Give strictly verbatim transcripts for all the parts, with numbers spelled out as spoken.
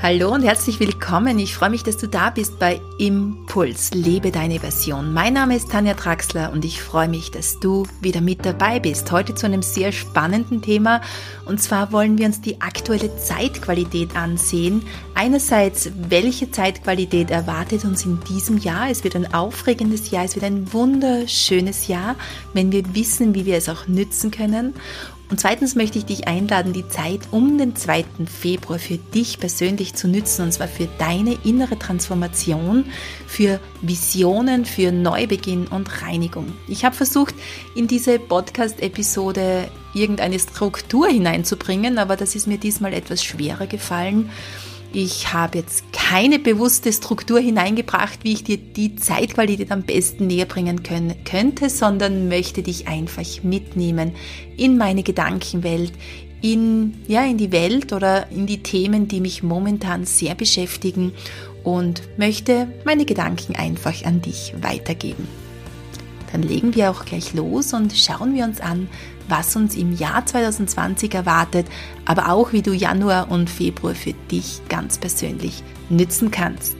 Hallo und herzlich willkommen. Ich freue mich, dass du da bist bei Impuls, lebe deine Version. Mein Name ist Tanja Traxler und ich freue mich, dass du wieder mit dabei bist. Heute zu einem sehr spannenden Thema, und zwar wollen wir uns die aktuelle Zeitqualität ansehen. Einerseits, welche Zeitqualität erwartet uns in diesem Jahr? Es wird ein aufregendes Jahr, es wird ein wunderschönes Jahr, wenn wir wissen, wie wir es auch nützen können. Und zweitens möchte ich dich einladen, die Zeit um den zweiten Februar für dich persönlich zu nützen, und zwar für deine innere Transformation, für Visionen, für Neubeginn und Reinigung. Ich habe versucht, in diese Podcast-Episode irgendeine Struktur hineinzubringen, aber das ist mir diesmal etwas schwerer gefallen. Ich habe jetzt keine bewusste Struktur hineingebracht, wie ich dir die Zeitqualität am besten näher bringen können, könnte, sondern möchte dich einfach mitnehmen in meine Gedankenwelt, in, ja, in die Welt oder in die Themen, die mich momentan sehr beschäftigen, und möchte meine Gedanken einfach an dich weitergeben. Dann legen wir auch gleich los und schauen wir uns an, was uns im Jahr zwanzig zwanzig erwartet, aber auch wie du Januar und Februar für dich ganz persönlich nützen kannst.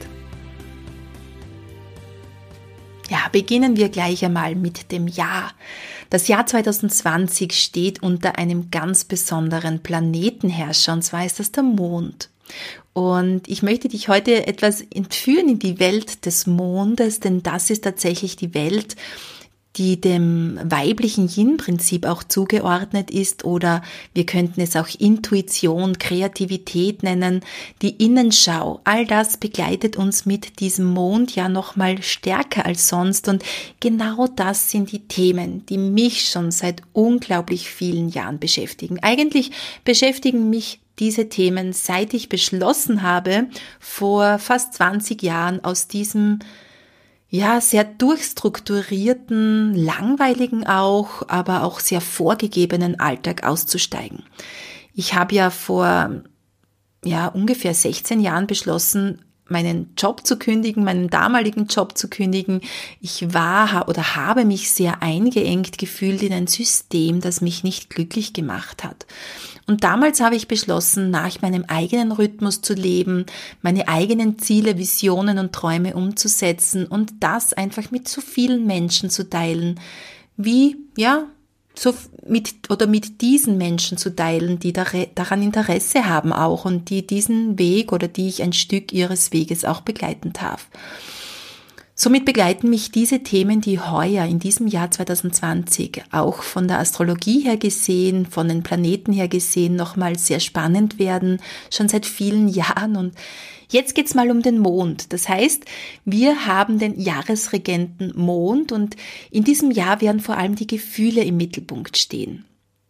Ja, beginnen wir gleich einmal mit dem Jahr. Das Jahr zwanzig zwanzig steht unter einem ganz besonderen Planetenherrscher, und zwar ist das der Mond. Und ich möchte dich heute etwas entführen in die Welt des Mondes, denn das ist tatsächlich die Welt, die dem weiblichen Yin-Prinzip auch zugeordnet ist, oder wir könnten es auch Intuition, Kreativität nennen, die Innenschau. All das begleitet uns mit diesem Mond ja nochmal stärker als sonst, und genau das sind die Themen, die mich schon seit unglaublich vielen Jahren beschäftigen. Eigentlich beschäftigen mich diese Themen, seit ich beschlossen habe, vor fast zwanzig Jahren aus diesem ja, sehr durchstrukturierten, langweiligen auch, aber auch sehr vorgegebenen Alltag auszusteigen. Ich habe ja vor ja, ungefähr sechzehn Jahren beschlossen, meinen Job zu kündigen, meinen damaligen Job zu kündigen. Ich war oder habe mich sehr eingeengt gefühlt in ein System, das mich nicht glücklich gemacht hat. Und damals habe ich beschlossen, nach meinem eigenen Rhythmus zu leben, meine eigenen Ziele, Visionen und Träume umzusetzen und das einfach mit so vielen Menschen zu teilen, wie, ja, so mit, oder mit diesen Menschen zu teilen, die daran Interesse haben auch und die diesen Weg oder die ich ein Stück ihres Weges auch begleiten darf. Somit begleiten mich diese Themen, die heuer in diesem Jahr zwanzig zwanzig auch von der Astrologie her gesehen, von den Planeten her gesehen nochmal sehr spannend werden, schon seit vielen Jahren. Und jetzt geht's mal um den Mond. Das heißt, wir haben den Jahresregenten Mond, und in diesem Jahr werden vor allem die Gefühle im Mittelpunkt stehen.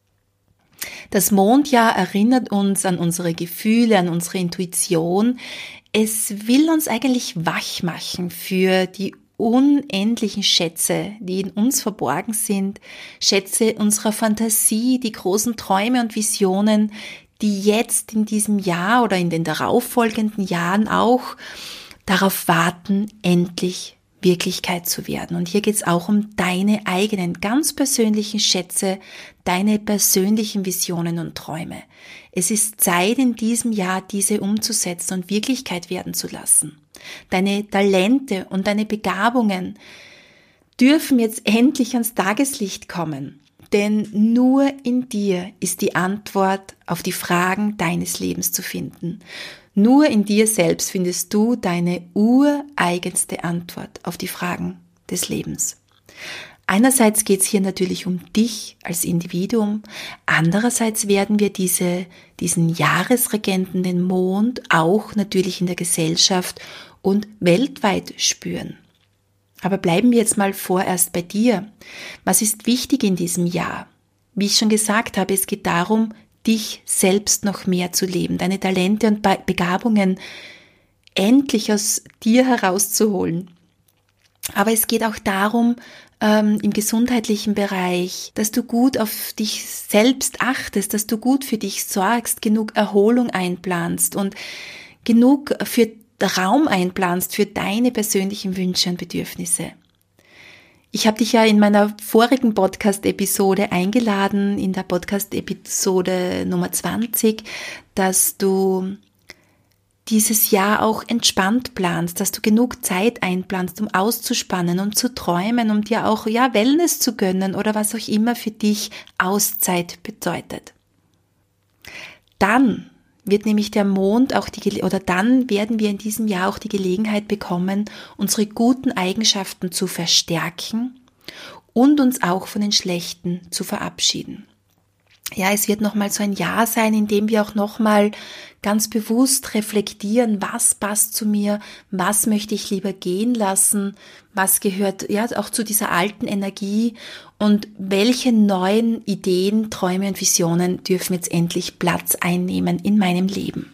Das Mondjahr erinnert uns an unsere Gefühle, an unsere Intuition. Es will uns eigentlich wach machen für die unendlichen Schätze, die in uns verborgen sind, Schätze unserer Fantasie, die großen Träume und Visionen, die jetzt in diesem Jahr oder in den darauffolgenden Jahren auch darauf warten, endlich Wirklichkeit zu werden. Und hier geht es auch um deine eigenen, ganz persönlichen Schätze, deine persönlichen Visionen und Träume. Es ist Zeit, in diesem Jahr diese umzusetzen und Wirklichkeit werden zu lassen. Deine Talente und deine Begabungen dürfen jetzt endlich ans Tageslicht kommen. Denn nur in dir ist die Antwort auf die Fragen deines Lebens zu finden. Nur in dir selbst findest du deine ureigenste Antwort auf die Fragen des Lebens. Einerseits geht es hier natürlich um dich als Individuum, andererseits werden wir diese, diesen Jahresregenten, den Mond, auch natürlich in der Gesellschaft und weltweit spüren. Aber bleiben wir jetzt mal vorerst bei dir. Was ist wichtig in diesem Jahr? Wie ich schon gesagt habe, es geht darum, dich selbst noch mehr zu leben, deine Talente und Begabungen endlich aus dir herauszuholen. Aber es geht auch darum, ähm, im gesundheitlichen Bereich, dass du gut auf dich selbst achtest, dass du gut für dich sorgst, genug Erholung einplanst und genug für Raum einplanst für deine persönlichen Wünsche und Bedürfnisse. Ich habe dich ja in meiner vorigen Podcast-Episode eingeladen, in der Podcast-Episode Nummer zwanzig, dass du dieses Jahr auch entspannt planst, dass du genug Zeit einplanst, um auszuspannen, um zu träumen, um dir auch ja Wellness zu gönnen oder was auch immer für dich Auszeit bedeutet. Dann wird nämlich der Mond auch die oder dann werden wir in diesem Jahr auch die Gelegenheit bekommen, unsere guten Eigenschaften zu verstärken und uns auch von den schlechten zu verabschieden. Ja, es wird nochmal so ein Jahr sein, in dem wir auch nochmal ganz bewusst reflektieren, was passt zu mir, was möchte ich lieber gehen lassen, was gehört ja auch zu dieser alten Energie und welche neuen Ideen, Träume und Visionen dürfen jetzt endlich Platz einnehmen in meinem Leben.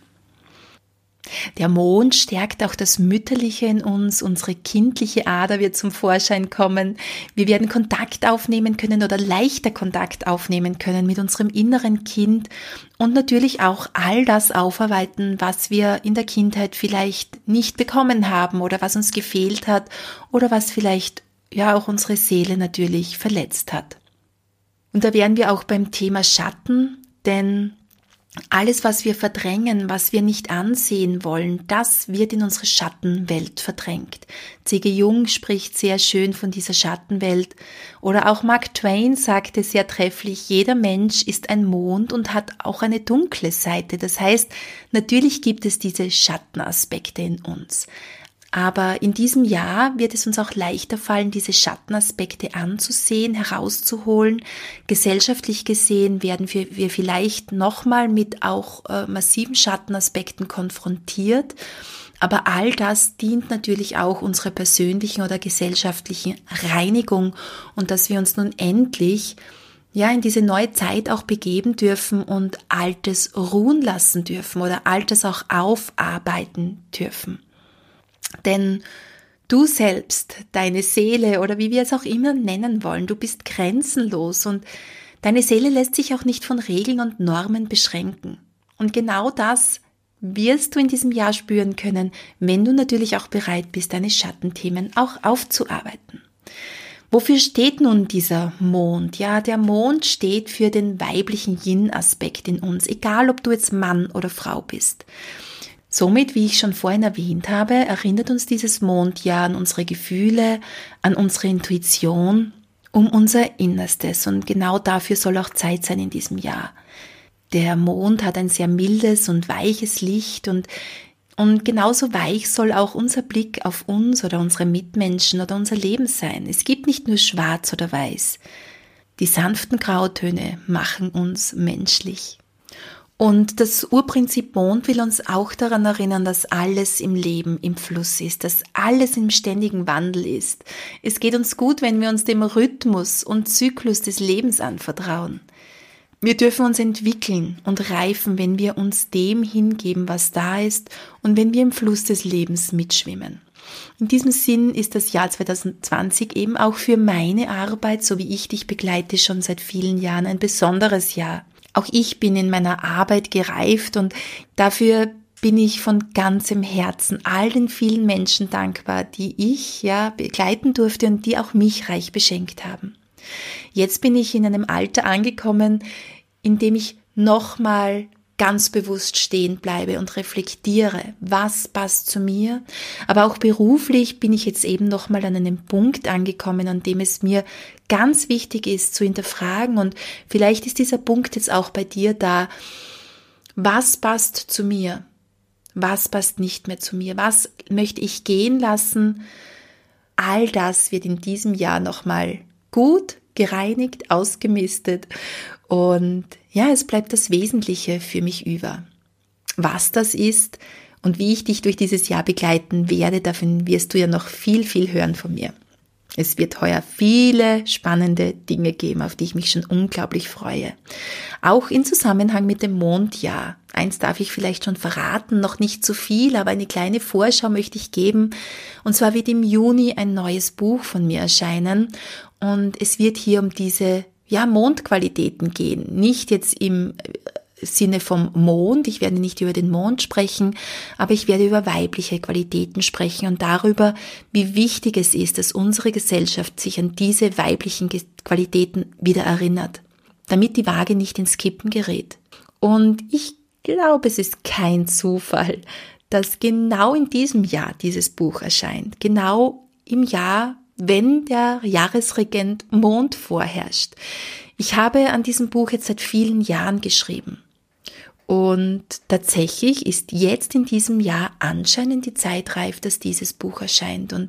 Der Mond stärkt auch das Mütterliche in uns, unsere kindliche Ader wird zum Vorschein kommen. Wir werden Kontakt aufnehmen können oder leichter Kontakt aufnehmen können mit unserem inneren Kind und natürlich auch all das aufarbeiten, was wir in der Kindheit vielleicht nicht bekommen haben oder was uns gefehlt hat oder was vielleicht ja auch unsere Seele natürlich verletzt hat. Und da wären wir auch beim Thema Schatten, denn alles, was wir verdrängen, was wir nicht ansehen wollen, das wird in unsere Schattenwelt verdrängt. C G Jung spricht sehr schön von dieser Schattenwelt. Oder auch Mark Twain sagte sehr trefflich, jeder Mensch ist ein Mond und hat auch eine dunkle Seite. Das heißt, natürlich gibt es diese Schattenaspekte in uns. Aber in diesem Jahr wird es uns auch leichter fallen, diese Schattenaspekte anzusehen, herauszuholen. Gesellschaftlich gesehen werden wir, wir vielleicht nochmal mit auch äh, massiven Schattenaspekten konfrontiert. Aber all das dient natürlich auch unserer persönlichen oder gesellschaftlichen Reinigung und dass wir uns nun endlich ja in diese neue Zeit auch begeben dürfen und Altes ruhen lassen dürfen oder Altes auch aufarbeiten dürfen. Denn du selbst, deine Seele oder wie wir es auch immer nennen wollen, du bist grenzenlos und deine Seele lässt sich auch nicht von Regeln und Normen beschränken. Und genau das wirst du in diesem Jahr spüren können, wenn du natürlich auch bereit bist, deine Schattenthemen auch aufzuarbeiten. Wofür steht nun dieser Mond? Ja, der Mond steht für den weiblichen Yin-Aspekt in uns, egal ob du jetzt Mann oder Frau bist. Somit, wie ich schon vorhin erwähnt habe, erinnert uns dieses Mondjahr an unsere Gefühle, an unsere Intuition, um unser Innerstes. Und genau dafür soll auch Zeit sein in diesem Jahr. Der Mond hat ein sehr mildes und weiches Licht und, und genauso weich soll auch unser Blick auf uns oder unsere Mitmenschen oder unser Leben sein. Es gibt nicht nur schwarz oder weiß. Die sanften Grautöne machen uns menschlich. Und das Urprinzip Mond will uns auch daran erinnern, dass alles im Leben im Fluss ist, dass alles im ständigen Wandel ist. Es geht uns gut, wenn wir uns dem Rhythmus und Zyklus des Lebens anvertrauen. Wir dürfen uns entwickeln und reifen, wenn wir uns dem hingeben, was da ist und wenn wir im Fluss des Lebens mitschwimmen. In diesem Sinn ist das Jahr zwanzig zwanzig eben auch für meine Arbeit, so wie ich dich begleite, schon seit vielen Jahren ein besonderes Jahr. Auch ich bin in meiner Arbeit gereift und dafür bin ich von ganzem Herzen all den vielen Menschen dankbar, die ich ja begleiten durfte und die auch mich reich beschenkt haben. Jetzt bin ich in einem Alter angekommen, in dem ich nochmal ganz bewusst stehen bleibe und reflektiere, was passt zu mir. Aber auch beruflich bin ich jetzt eben nochmal an einem Punkt angekommen, an dem es mir ganz wichtig ist zu hinterfragen und vielleicht ist dieser Punkt jetzt auch bei dir da. Was passt zu mir? Was passt nicht mehr zu mir? Was möchte ich gehen lassen? All das wird in diesem Jahr nochmal gut gereinigt, ausgemistet und ja, es bleibt das Wesentliche für mich über. Was das ist und wie ich dich durch dieses Jahr begleiten werde, davon wirst du ja noch viel, viel hören von mir. Es wird heuer viele spannende Dinge geben, auf die ich mich schon unglaublich freue. Auch in Zusammenhang mit dem Mondjahr. Eins darf ich vielleicht schon verraten, noch nicht zu viel, aber eine kleine Vorschau möchte ich geben. Und zwar wird im Juni ein neues Buch von mir erscheinen und es wird hier um diese ja, Mondqualitäten gehen. Nicht jetzt im Sinne vom Mond, ich werde nicht über den Mond sprechen, aber ich werde über weibliche Qualitäten sprechen und darüber, wie wichtig es ist, dass unsere Gesellschaft sich an diese weiblichen Qualitäten wieder erinnert, damit die Waage nicht ins Kippen gerät. Und ich glaube, es ist kein Zufall, dass genau in diesem Jahr dieses Buch erscheint. Genau im Jahr, wenn der Jahresregent Mond vorherrscht. Ich habe an diesem Buch jetzt seit vielen Jahren geschrieben. Und tatsächlich ist jetzt in diesem Jahr anscheinend die Zeit reif, dass dieses Buch erscheint. Und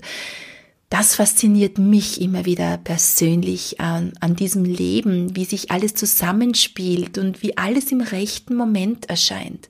das fasziniert mich immer wieder persönlich an, an diesem Leben, wie sich alles zusammenspielt und wie alles im rechten Moment erscheint.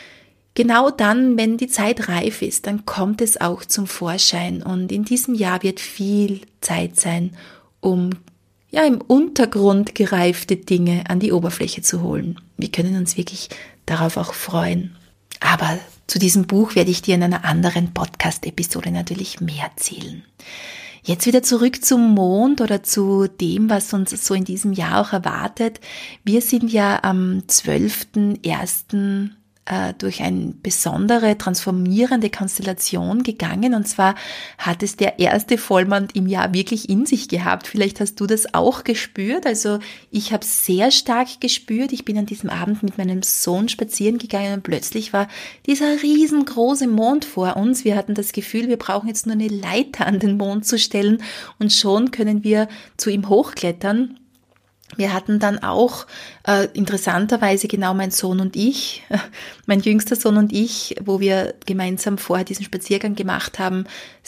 Genau dann, wenn die Zeit reif ist, dann kommt es auch zum Vorschein. Und in diesem Jahr wird viel Zeit sein, um ja im Untergrund gereifte Dinge an die Oberfläche zu holen. Wir können uns wirklich darauf auch freuen. Aber zu diesem Buch werde ich dir in einer anderen Podcast-Episode natürlich mehr erzählen. Jetzt wieder zurück zum Mond oder zu dem, was uns so in diesem Jahr auch erwartet. Wir sind ja am zwölften ersten durch eine besondere, transformierende Konstellation gegangen. Und zwar hat es der erste Vollmond im Jahr wirklich in sich gehabt. Vielleicht hast du das auch gespürt. Also ich habe es sehr stark gespürt. Ich bin an diesem Abend mit meinem Sohn spazieren gegangen und plötzlich war dieser riesengroße Mond vor uns. Wir hatten das Gefühl, wir brauchen jetzt nur eine Leiter an den Mond zu stellen und schon können wir zu ihm hochklettern. Wir hatten dann auch äh, interessanterweise genau mein Sohn und ich, äh, mein jüngster Sohn und ich, wo wir gemeinsam vorher diesen Spaziergang gemacht haben,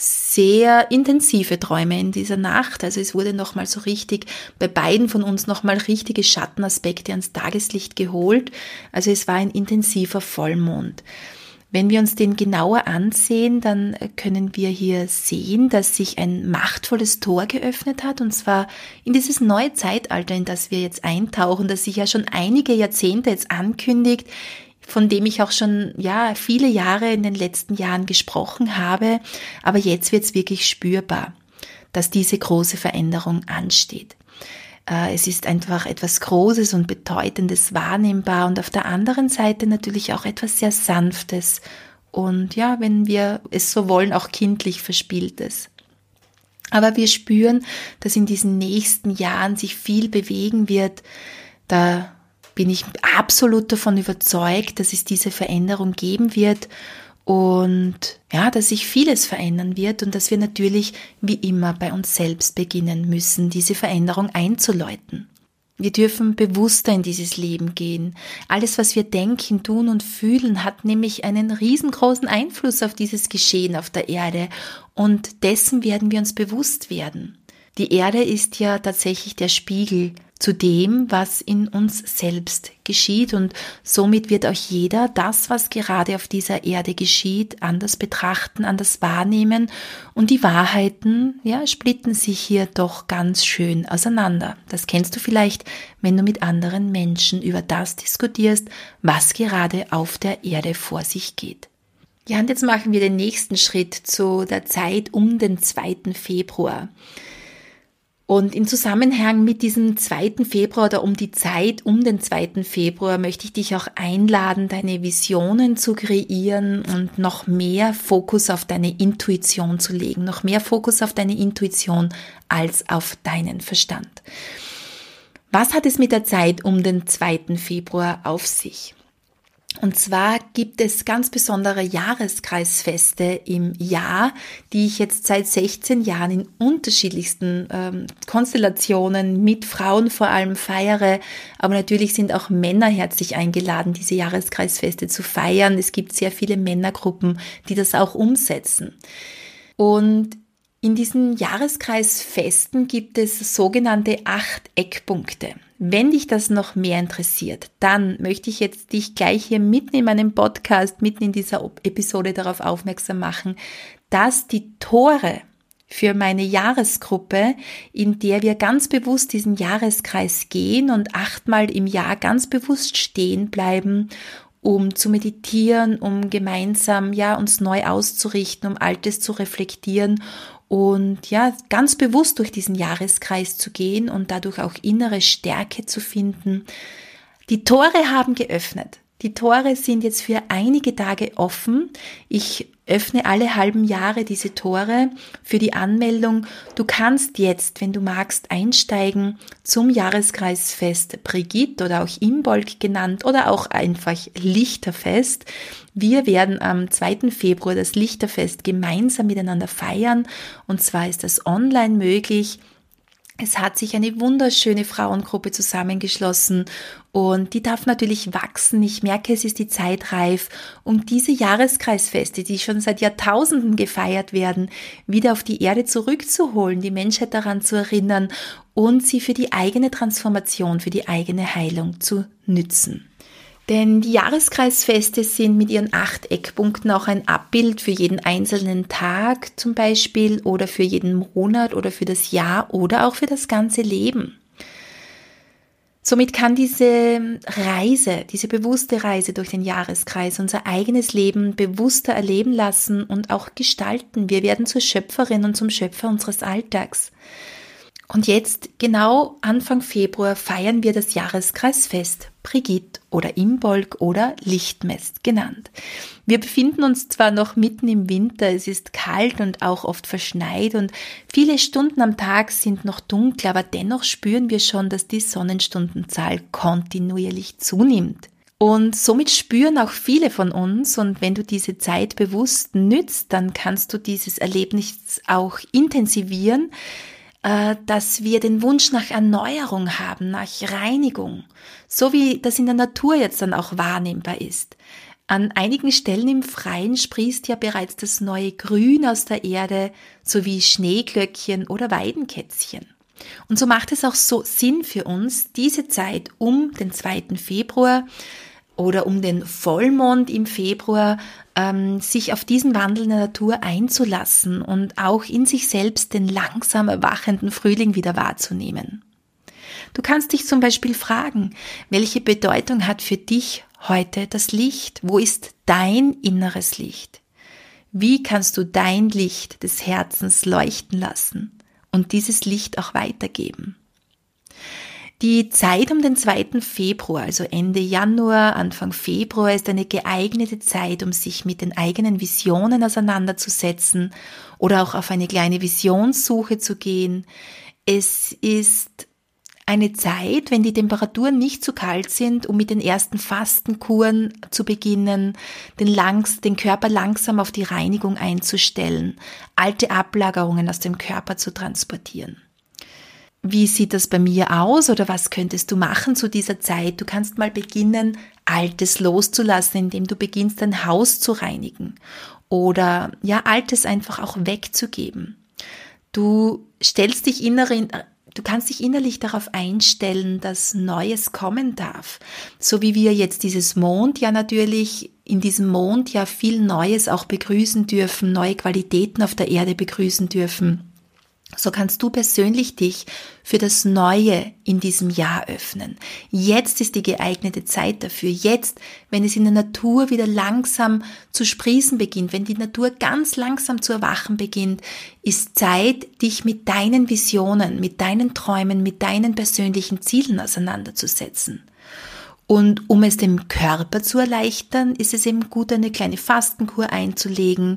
sehr intensive Träume in dieser Nacht. Also es wurde nochmal so richtig, bei beiden von uns nochmal richtige Schattenaspekte ans Tageslicht geholt. Also es war ein intensiver Vollmond. Wenn wir uns den genauer ansehen, dann können wir hier sehen, dass sich ein machtvolles Tor geöffnet hat, und zwar in dieses neue Zeitalter, in das wir jetzt eintauchen, das sich ja schon einige Jahrzehnte jetzt ankündigt, von dem ich auch schon ja viele Jahre in den letzten Jahren gesprochen habe, aber jetzt wird es wirklich spürbar, dass diese große Veränderung ansteht. Es ist einfach etwas Großes und Bedeutendes wahrnehmbar und auf der anderen Seite natürlich auch etwas sehr Sanftes und ja, wenn wir es so wollen, auch kindlich Verspieltes. Aber wir spüren, dass in diesen nächsten Jahren sich viel bewegen wird. Da bin ich absolut davon überzeugt, dass es diese Veränderung geben wird. Und ja, dass sich vieles verändern wird und dass wir natürlich wie immer bei uns selbst beginnen müssen, diese Veränderung einzuläuten. Wir dürfen bewusster in dieses Leben gehen. Alles, was wir denken, tun und fühlen, hat nämlich einen riesengroßen Einfluss auf dieses Geschehen auf der Erde und dessen werden wir uns bewusst werden. Die Erde ist ja tatsächlich der Spiegel zu dem, was in uns selbst geschieht und somit wird auch jeder das, was gerade auf dieser Erde geschieht, anders betrachten, anders wahrnehmen und die Wahrheiten, ja, splitten sich hier doch ganz schön auseinander. Das kennst du vielleicht, wenn du mit anderen Menschen über das diskutierst, was gerade auf der Erde vor sich geht. Ja, und jetzt machen wir den nächsten Schritt zu der Zeit um den zweiten Februar. Und im Zusammenhang mit diesem zweiten Februar oder um die Zeit um den zweiten Februar möchte ich dich auch einladen, deine Visionen zu kreieren und noch mehr Fokus auf deine Intuition zu legen, noch mehr Fokus auf deine Intuition als auf deinen Verstand. Was hat es mit der Zeit um den zweiten Februar auf sich? Und zwar gibt es ganz besondere Jahreskreisfeste im Jahr, die ich jetzt seit sechzehn Jahren in unterschiedlichsten ähm, Konstellationen mit Frauen vor allem feiere. Aber natürlich sind auch Männer herzlich eingeladen, diese Jahreskreisfeste zu feiern. Es gibt sehr viele Männergruppen, die das auch umsetzen. Und in diesen Jahreskreisfesten gibt es sogenannte acht Eckpunkte. Wenn dich das noch mehr interessiert, dann möchte ich jetzt dich gleich hier mitten in meinem Podcast, mitten in dieser Episode darauf aufmerksam machen, dass die Tore für meine Jahresgruppe, in der wir ganz bewusst diesen Jahreskreis gehen und achtmal im Jahr ganz bewusst stehen bleiben, um zu meditieren, um gemeinsam ja uns neu auszurichten, um Altes zu reflektieren und ja ganz bewusst durch diesen Jahreskreis zu gehen und dadurch auch innere Stärke zu finden. Die Tore haben geöffnet. Die Tore sind jetzt für einige Tage offen. Ich öffne alle halben Jahre diese Tore für die Anmeldung. Du kannst jetzt, wenn du magst, einsteigen zum Jahreskreisfest Brigitte oder auch Imbolc genannt oder auch einfach Lichterfest. Wir werden am zweiten Februar das Lichterfest gemeinsam miteinander feiern und zwar ist das online möglich. Es hat sich eine wunderschöne Frauengruppe zusammengeschlossen und die darf natürlich wachsen. Ich merke, es ist die Zeit reif, um diese Jahreskreisfeste, die schon seit Jahrtausenden gefeiert werden, wieder auf die Erde zurückzuholen, die Menschheit daran zu erinnern und sie für die eigene Transformation, für die eigene Heilung zu nützen. Denn die Jahreskreisfeste sind mit ihren acht Eckpunkten auch ein Abbild für jeden einzelnen Tag zum Beispiel oder für jeden Monat oder für das Jahr oder auch für das ganze Leben. Somit kann diese Reise, diese bewusste Reise durch den Jahreskreis unser eigenes Leben bewusster erleben lassen und auch gestalten. Wir werden zur Schöpferin und zum Schöpfer unseres Alltags. Und jetzt, genau Anfang Februar, feiern wir das Jahreskreisfest Brigitte oder Imbolc oder Lichtmess genannt. Wir befinden uns zwar noch mitten im Winter, es ist kalt und auch oft verschneit und viele Stunden am Tag sind noch dunkel, aber dennoch spüren wir schon, dass die Sonnenstundenzahl kontinuierlich zunimmt. Und somit spüren auch viele von uns, und wenn du diese Zeit bewusst nützt, dann kannst du dieses Erlebnis auch intensivieren, dass wir den Wunsch nach Erneuerung haben, nach Reinigung, so wie das in der Natur jetzt dann auch wahrnehmbar ist. An einigen Stellen im Freien sprießt ja bereits das neue Grün aus der Erde, sowie Schneeglöckchen oder Weidenkätzchen. Und so macht es auch so Sinn für uns, diese Zeit um den zweiten Februar oder um den Vollmond im Februar, ähm, sich auf diesen Wandel in der Natur einzulassen und auch in sich selbst den langsam erwachenden Frühling wieder wahrzunehmen. Du kannst dich zum Beispiel fragen, welche Bedeutung hat für dich heute das Licht? Wo ist dein inneres Licht? Wie kannst du dein Licht des Herzens leuchten lassen und dieses Licht auch weitergeben? Die Zeit um den zweiten Februar, also Ende Januar, Anfang Februar, ist eine geeignete Zeit, um sich mit den eigenen Visionen auseinanderzusetzen oder auch auf eine kleine Visionssuche zu gehen. Es ist eine Zeit, wenn die Temperaturen nicht zu kalt sind, um mit den ersten Fastenkuren zu beginnen, den, langs, den Körper langsam auf die Reinigung einzustellen, alte Ablagerungen aus dem Körper zu transportieren. Wie sieht das bei mir aus oder was könntest du machen zu dieser Zeit? Du kannst mal beginnen, Altes loszulassen, indem du beginnst, dein Haus zu reinigen oder ja, Altes einfach auch wegzugeben. Du stellst dich innerin, du kannst dich innerlich darauf einstellen, dass Neues kommen darf. So wie wir jetzt dieses Mondjahr natürlich in diesem Mondjahr viel Neues auch begrüßen dürfen, neue Qualitäten auf der Erde begrüßen dürfen. So kannst du persönlich dich für das Neue in diesem Jahr öffnen. Jetzt ist die geeignete Zeit dafür. Jetzt, wenn es in der Natur wieder langsam zu sprießen beginnt, wenn die Natur ganz langsam zu erwachen beginnt, ist Zeit, dich mit deinen Visionen, mit deinen Träumen, mit deinen persönlichen Zielen auseinanderzusetzen. Und um es dem Körper zu erleichtern, ist es eben gut, eine kleine Fastenkur einzulegen.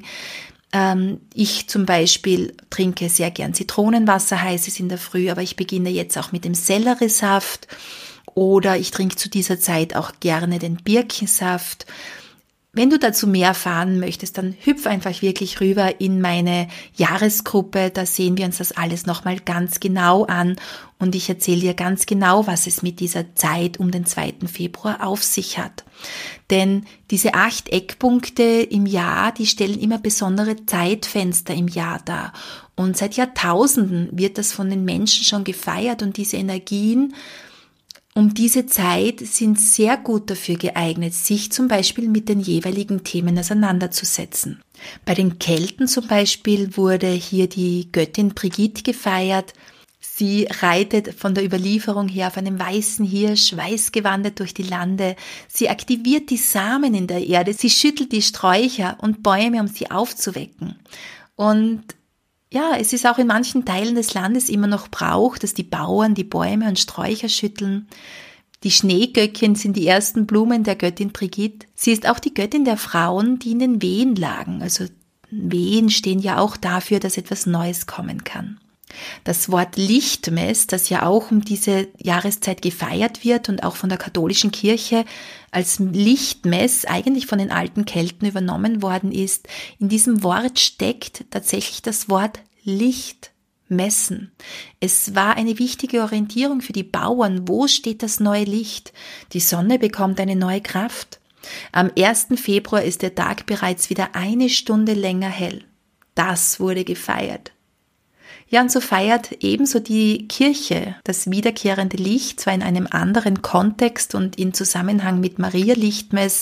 Ich zum Beispiel trinke sehr gern Zitronenwasser, heißes in der Früh, aber ich beginne jetzt auch mit dem Selleriesaft oder ich trinke zu dieser Zeit auch gerne den Birkensaft. Wenn du dazu mehr erfahren möchtest, dann hüpf einfach wirklich rüber in meine Jahresgruppe, da sehen wir uns das alles nochmal ganz genau an und ich erzähle dir ganz genau, was es mit dieser Zeit um den zweiten Februar auf sich hat. Denn diese acht Eckpunkte im Jahr, die stellen immer besondere Zeitfenster im Jahr dar. Und seit Jahrtausenden wird das von den Menschen schon gefeiert und diese Energien um diese Zeit sind sehr gut dafür geeignet, sich zum Beispiel mit den jeweiligen Themen auseinanderzusetzen. Bei den Kelten zum Beispiel wurde hier die Göttin Brigitte gefeiert. Sie reitet von der Überlieferung her auf einem weißen Hirsch, weißgewandet durch die Lande. Sie aktiviert die Samen in der Erde, sie schüttelt die Sträucher und Bäume, um sie aufzuwecken. Und ja, es ist auch in manchen Teilen des Landes immer noch Brauch, dass die Bauern die Bäume und Sträucher schütteln. Die Schneegöckin sind die ersten Blumen der Göttin Brigitte. Sie ist auch die Göttin der Frauen, die in den Wehen lagen. Also Wehen stehen ja auch dafür, dass etwas Neues kommen kann. Das Wort Lichtmess, das ja auch um diese Jahreszeit gefeiert wird und auch von der katholischen Kirche als Lichtmess eigentlich von den alten Kelten übernommen worden ist, in diesem Wort steckt tatsächlich das Wort Licht. Messen. Es war eine wichtige Orientierung für die Bauern. Wo steht das neue Licht? Die Sonne bekommt eine neue Kraft. Am ersten Februar ist der Tag bereits wieder eine Stunde länger hell. Das wurde gefeiert. Ja, und so feiert ebenso die Kirche das wiederkehrende Licht, zwar in einem anderen Kontext und in Zusammenhang mit Maria Lichtmess,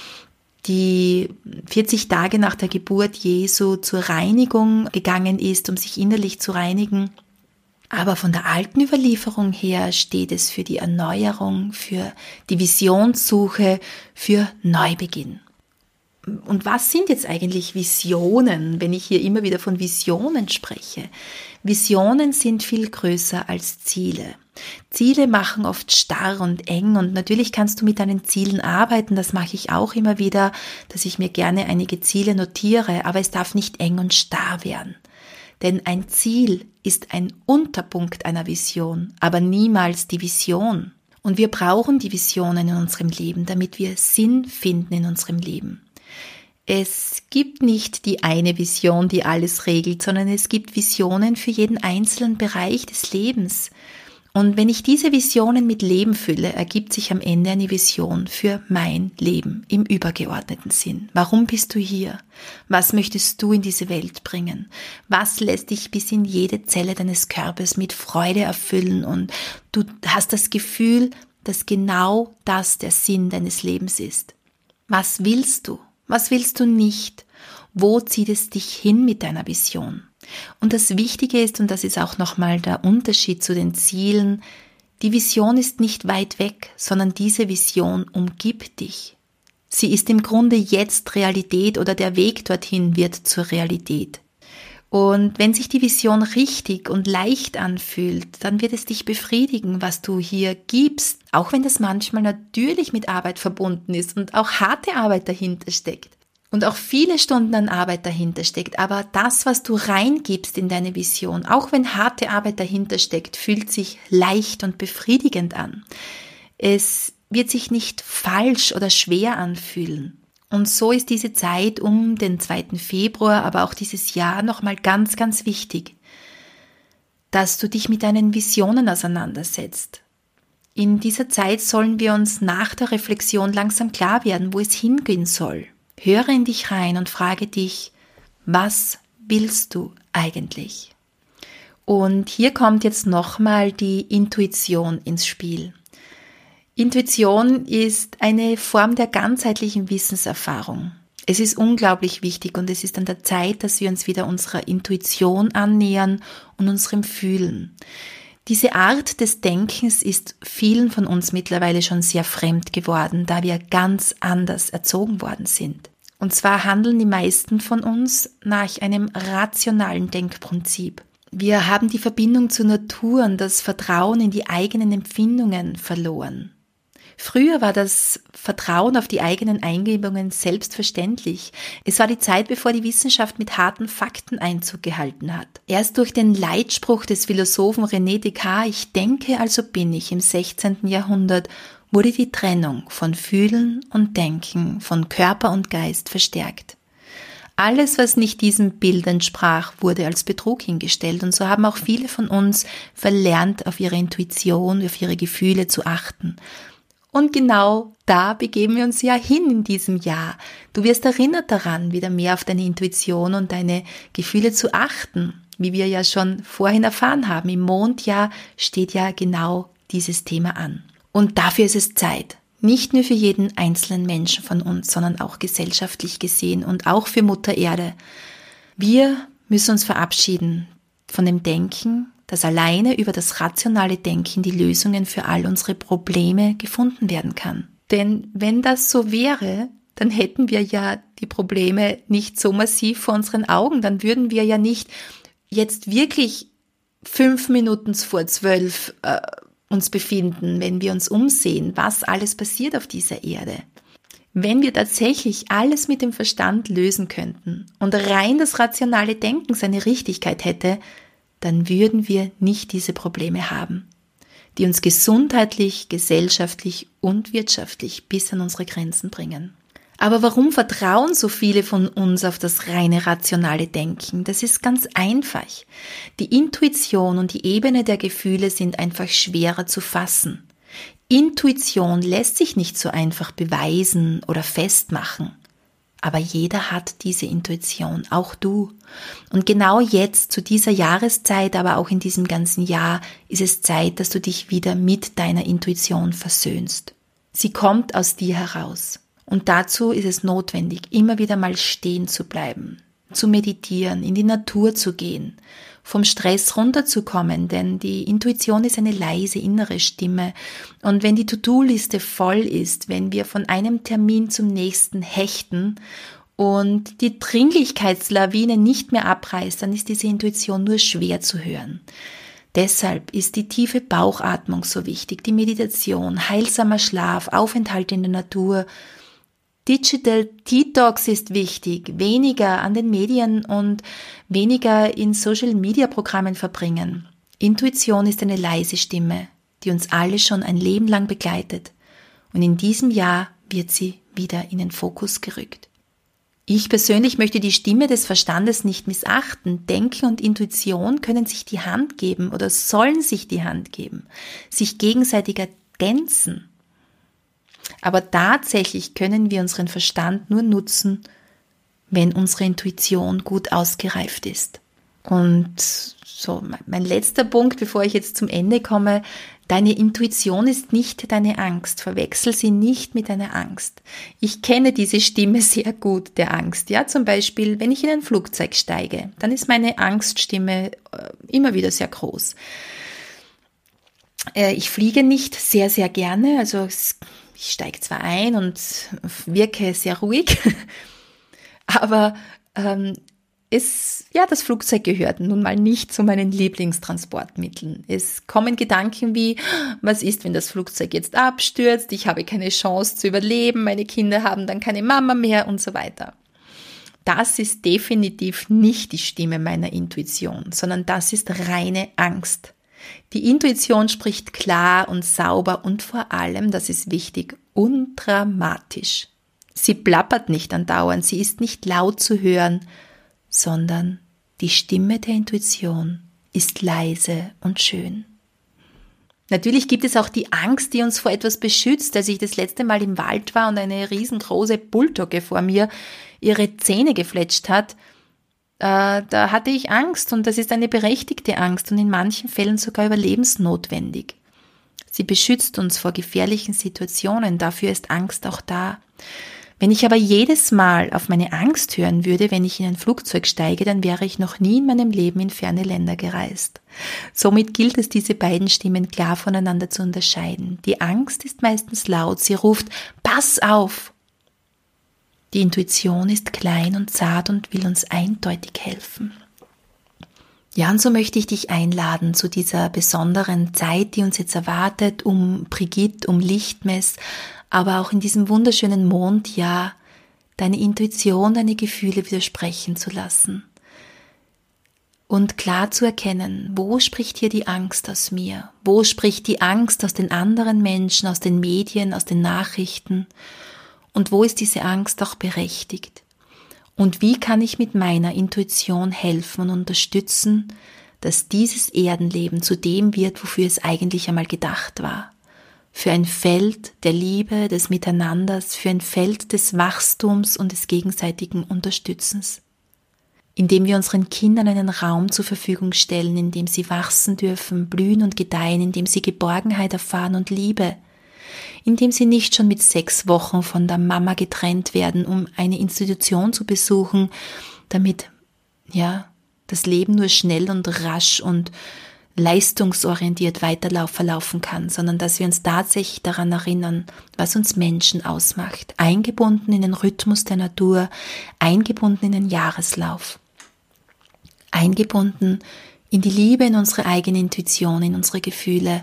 die vierzig Tage nach der Geburt Jesu zur Reinigung gegangen ist, um sich innerlich zu reinigen. Aber von der alten Überlieferung her steht es für die Erneuerung, für die Visionssuche, für Neubeginn. Und was sind jetzt eigentlich Visionen, wenn ich hier immer wieder von Visionen spreche? Visionen sind viel größer als Ziele. Ziele machen oft starr und eng und natürlich kannst du mit deinen Zielen arbeiten, das mache ich auch immer wieder, dass ich mir gerne einige Ziele notiere, aber es darf nicht eng und starr werden. Denn ein Ziel ist ein Unterpunkt einer Vision, aber niemals die Vision. Und wir brauchen die Visionen in unserem Leben, damit wir Sinn finden in unserem Leben. Es gibt nicht die eine Vision, die alles regelt, sondern es gibt Visionen für jeden einzelnen Bereich des Lebens. Und wenn ich diese Visionen mit Leben fülle, ergibt sich am Ende eine Vision für mein Leben im übergeordneten Sinn. Warum bist du hier? Was möchtest du in diese Welt bringen? Was lässt dich bis in jede Zelle deines Körpers mit Freude erfüllen? Und du hast das Gefühl, dass genau das der Sinn deines Lebens ist. Was willst du? Was willst du nicht? Wo zieht es dich hin mit deiner Vision? Und das Wichtige ist, und das ist auch nochmal der Unterschied zu den Zielen, die Vision ist nicht weit weg, sondern diese Vision umgibt dich. Sie ist im Grunde jetzt Realität oder der Weg dorthin wird zur Realität. Und wenn sich die Vision richtig und leicht anfühlt, dann wird es dich befriedigen, was du hier gibst, auch wenn das manchmal natürlich mit Arbeit verbunden ist und auch harte Arbeit dahinter steckt und auch viele Stunden an Arbeit dahinter steckt. Aber das, was du reingibst in deine Vision, auch wenn harte Arbeit dahinter steckt, fühlt sich leicht und befriedigend an. Es wird sich nicht falsch oder schwer anfühlen. Und so ist diese Zeit um den zweiten Februar, aber auch dieses Jahr nochmal ganz, ganz wichtig, dass du dich mit deinen Visionen auseinandersetzt. In dieser Zeit sollen wir uns nach der Reflexion langsam klar werden, wo es hingehen soll. Höre in dich rein und frage dich, was willst du eigentlich? Und hier kommt jetzt nochmal die Intuition ins Spiel. Intuition ist eine Form der ganzheitlichen Wissenserfahrung. Es ist unglaublich wichtig und es ist an der Zeit, dass wir uns wieder unserer Intuition annähern und unserem Fühlen. Diese Art des Denkens ist vielen von uns mittlerweile schon sehr fremd geworden, da wir ganz anders erzogen worden sind. Und zwar handeln die meisten von uns nach einem rationalen Denkprinzip. Wir haben die Verbindung zur Natur und das Vertrauen in die eigenen Empfindungen verloren. Früher war das Vertrauen auf die eigenen Eingebungen selbstverständlich. Es war die Zeit, bevor die Wissenschaft mit harten Fakten Einzug gehalten hat. Erst durch den Leitspruch des Philosophen René Descartes, ich denke, also bin ich, im sechzehnten Jahrhundert, wurde die Trennung von Fühlen und Denken, von Körper und Geist verstärkt. Alles, was nicht diesem Bild entsprach, wurde als Betrug hingestellt und so haben auch viele von uns verlernt, auf ihre Intuition, auf ihre Gefühle zu achten. Und genau da begeben wir uns ja hin in diesem Jahr. Du wirst erinnert daran, wieder mehr auf deine Intuition und deine Gefühle zu achten, wie wir ja schon vorhin erfahren haben. Im Mondjahr steht ja genau dieses Thema an. Und dafür ist es Zeit. Nicht nur für jeden einzelnen Menschen von uns, sondern auch gesellschaftlich gesehen und auch für Mutter Erde. Wir müssen uns verabschieden von dem Denken, dass alleine über das rationale Denken die Lösungen für all unsere Probleme gefunden werden kann. Denn wenn das so wäre, dann hätten wir ja die Probleme nicht so massiv vor unseren Augen. Dann würden wir ja nicht jetzt wirklich fünf Minuten vor zwölf äh, uns befinden, wenn wir uns umsehen, was alles passiert auf dieser Erde. Wenn wir tatsächlich alles mit dem Verstand lösen könnten und rein das rationale Denken seine Richtigkeit hätte, dann würden wir nicht diese Probleme haben, die uns gesundheitlich, gesellschaftlich und wirtschaftlich bis an unsere Grenzen bringen. Aber warum vertrauen so viele von uns auf das reine rationale Denken? Das ist ganz einfach. Die Intuition und die Ebene der Gefühle sind einfach schwerer zu fassen. Intuition lässt sich nicht so einfach beweisen oder festmachen. Aber jeder hat diese Intuition, auch du. Und genau jetzt, zu dieser Jahreszeit, aber auch in diesem ganzen Jahr, ist es Zeit, dass du dich wieder mit deiner Intuition versöhnst. Sie kommt aus dir heraus. Und dazu ist es notwendig, immer wieder mal stehen zu bleiben, zu meditieren, in die Natur zu gehen, vom Stress runterzukommen, denn die Intuition ist eine leise innere Stimme. Und wenn die To-Do-Liste voll ist, wenn wir von einem Termin zum nächsten hechten und die Dringlichkeitslawine nicht mehr abreißt, dann ist diese Intuition nur schwer zu hören. Deshalb ist die tiefe Bauchatmung so wichtig, die Meditation, heilsamer Schlaf, Aufenthalt in der Natur. Digital Detox ist wichtig, weniger an den Medien und weniger in Social-Media-Programmen verbringen. Intuition ist eine leise Stimme, die uns alle schon ein Leben lang begleitet. Und in diesem Jahr wird sie wieder in den Fokus gerückt. Ich persönlich möchte die Stimme des Verstandes nicht missachten. Denken und Intuition können sich die Hand geben oder sollen sich die Hand geben, sich gegenseitig ergänzen. Aber tatsächlich können wir unseren Verstand nur nutzen, wenn unsere Intuition gut ausgereift ist. Und so, mein letzter Punkt, bevor ich jetzt zum Ende komme: Deine Intuition ist nicht deine Angst. Verwechsel sie nicht mit deiner Angst. Ich kenne diese Stimme sehr gut, der Angst. Ja, zum Beispiel, wenn ich in ein Flugzeug steige, dann ist meine Angststimme immer wieder sehr groß. Ich fliege nicht sehr, sehr gerne, also ich steige zwar ein und wirke sehr ruhig, aber ähm, es, ja, das Flugzeug gehört nun mal nicht zu meinen Lieblingstransportmitteln. Es kommen Gedanken wie: Was ist, wenn das Flugzeug jetzt abstürzt? Ich habe keine Chance zu überleben, meine Kinder haben dann keine Mama mehr und so weiter. Das ist definitiv nicht die Stimme meiner Intuition, sondern das ist reine Angst. Die Intuition spricht klar und sauber und vor allem, das ist wichtig, undramatisch. Sie plappert nicht andauernd, sie ist nicht laut zu hören, sondern die Stimme der Intuition ist leise und schön. Natürlich gibt es auch die Angst, die uns vor etwas beschützt. Als ich das letzte Mal im Wald war und eine riesengroße Bulldogge vor mir ihre Zähne gefletscht hat, äh, da hatte ich Angst, und das ist eine berechtigte Angst und in manchen Fällen sogar überlebensnotwendig. Sie beschützt uns vor gefährlichen Situationen, dafür ist Angst auch da. Wenn ich aber jedes Mal auf meine Angst hören würde, wenn ich in ein Flugzeug steige, dann wäre ich noch nie in meinem Leben in ferne Länder gereist. Somit gilt es, diese beiden Stimmen klar voneinander zu unterscheiden. Die Angst ist meistens laut, sie ruft: Pass auf! Die Intuition ist klein und zart und will uns eindeutig helfen. Ja, und so möchte ich dich einladen zu dieser besonderen Zeit, die uns jetzt erwartet, um Brigitte, um Lichtmess, aber auch in diesem wunderschönen Mondjahr deine Intuition, deine Gefühle widersprechen zu lassen. Und klar zu erkennen, wo spricht hier die Angst aus mir? Wo spricht die Angst aus den anderen Menschen, aus den Medien, aus den Nachrichten? Und wo ist diese Angst auch berechtigt? Und wie kann ich mit meiner Intuition helfen und unterstützen, dass dieses Erdenleben zu dem wird, wofür es eigentlich einmal gedacht war? Für ein Feld der Liebe, des Miteinanders, für ein Feld des Wachstums und des gegenseitigen Unterstützens. Indem wir unseren Kindern einen Raum zur Verfügung stellen, in dem sie wachsen dürfen, blühen und gedeihen, in dem sie Geborgenheit erfahren und Liebe, indem sie nicht schon mit sechs Wochen von der Mama getrennt werden, um eine Institution zu besuchen, damit ja das Leben nur schnell und rasch und leistungsorientiert weiter verlaufen kann, sondern dass wir uns tatsächlich daran erinnern, was uns Menschen ausmacht, eingebunden in den Rhythmus der Natur, eingebunden in den Jahreslauf, eingebunden in die Liebe, in unsere eigene Intuition, in unsere Gefühle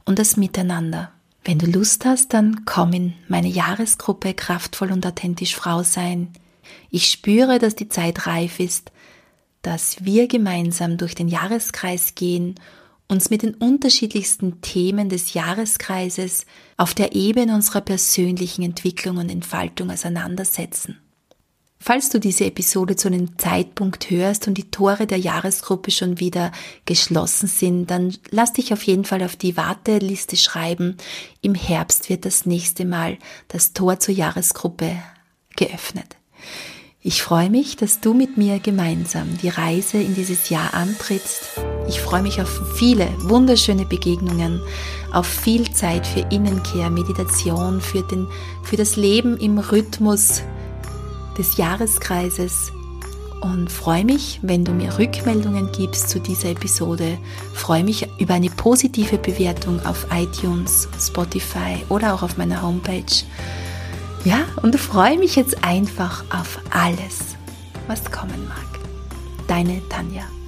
und das Miteinander. Wenn du Lust hast, dann komm in meine Jahresgruppe Kraftvoll und authentisch Frau sein. Ich spüre, dass die Zeit reif ist, dass wir gemeinsam durch den Jahreskreis gehen, uns mit den unterschiedlichsten Themen des Jahreskreises auf der Ebene unserer persönlichen Entwicklung und Entfaltung auseinandersetzen. Falls du diese Episode zu einem Zeitpunkt hörst und die Tore der Jahresgruppe schon wieder geschlossen sind, dann lass dich auf jeden Fall auf die Warteliste schreiben. Im Herbst wird das nächste Mal das Tor zur Jahresgruppe geöffnet. Ich freue mich, dass du mit mir gemeinsam die Reise in dieses Jahr antrittst. Ich freue mich auf viele wunderschöne Begegnungen, auf viel Zeit für Innenkehr, Meditation, für, den, für das Leben im Rhythmus des Jahreskreises und freue mich, wenn du mir Rückmeldungen gibst zu dieser Episode. Freue mich über eine positive Bewertung auf iTunes, Spotify oder auch auf meiner Homepage. Ja, und freue mich jetzt einfach auf alles, was kommen mag. Deine Tanja.